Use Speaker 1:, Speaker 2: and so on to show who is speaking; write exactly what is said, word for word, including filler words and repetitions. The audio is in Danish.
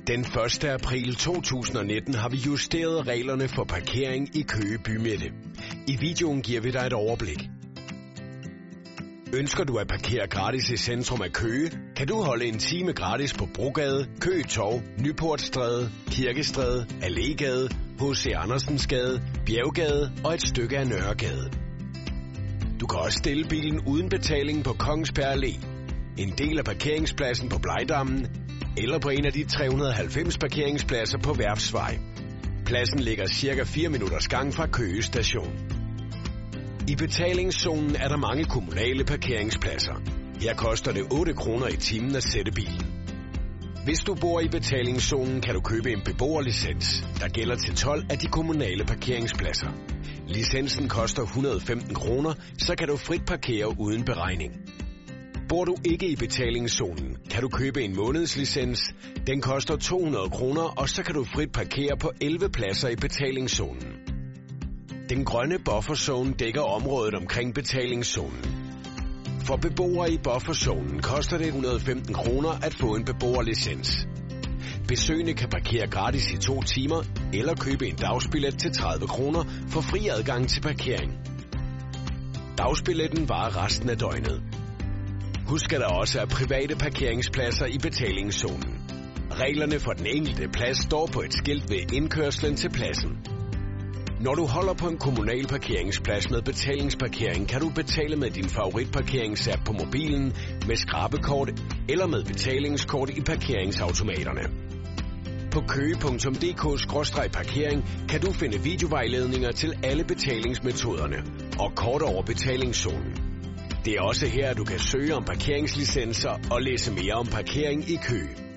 Speaker 1: Den første april to tusind og nitten har vi justeret reglerne for parkering i Køge bymidte. I videoen giver vi dig et overblik. Ønsker du at parkere gratis i centrum af Køge, kan du holde en time gratis på Brogade, Køge Torv, Nyportstræde, Kirkestræde, Allégade, H C Andersensgade, Bjerggade og et stykke af Nørregade. Du kan også stille bilen uden betaling på Kongsberg Allé, en del af parkeringspladsen på Blejdammen, eller på en af de tre hundrede og halvfems parkeringspladser på Værftsvej. Pladsen ligger cirka fire minutters gang fra Køge station. I betalingszonen er der mange kommunale parkeringspladser. Her koster det otte kroner i timen at sætte bilen. Hvis du bor i betalingszonen, kan du købe en beboerlicens, der gælder til tolv af de kommunale parkeringspladser. Licensen koster et hundrede og femten kroner, så kan du frit parkere uden beregning. Bor du ikke i betalingszonen, kan du købe en månedslicens. Den koster to hundrede kroner, og så kan du frit parkere på elleve pladser i betalingszonen. Den grønne bufferzone dækker området omkring betalingszonen. For beboere i bufferzonen koster det et hundrede og femten kroner at få en beboerlicens. Besøgende kan parkere gratis i to timer, eller købe en dagsbillet til tredive kroner for fri adgang til parkering. Dagsbilletten varer resten af døgnet. Husk, at der også er private parkeringspladser i betalingszonen. Reglerne for den enkelte plads står på et skilt ved indkørslen til pladsen. Når du holder på en kommunal parkeringsplads med betalingsparkering, kan du betale med din favoritparkeringsapp på mobilen, med skrabekort eller med betalingskort i parkeringsautomaterne. På køge punktum d k skråstreg parkering kan du finde videovejledninger til alle betalingsmetoderne og kort over betalingszonen. Det er også her, du kan søge om parkeringslicenser og læse mere om parkering i Køge.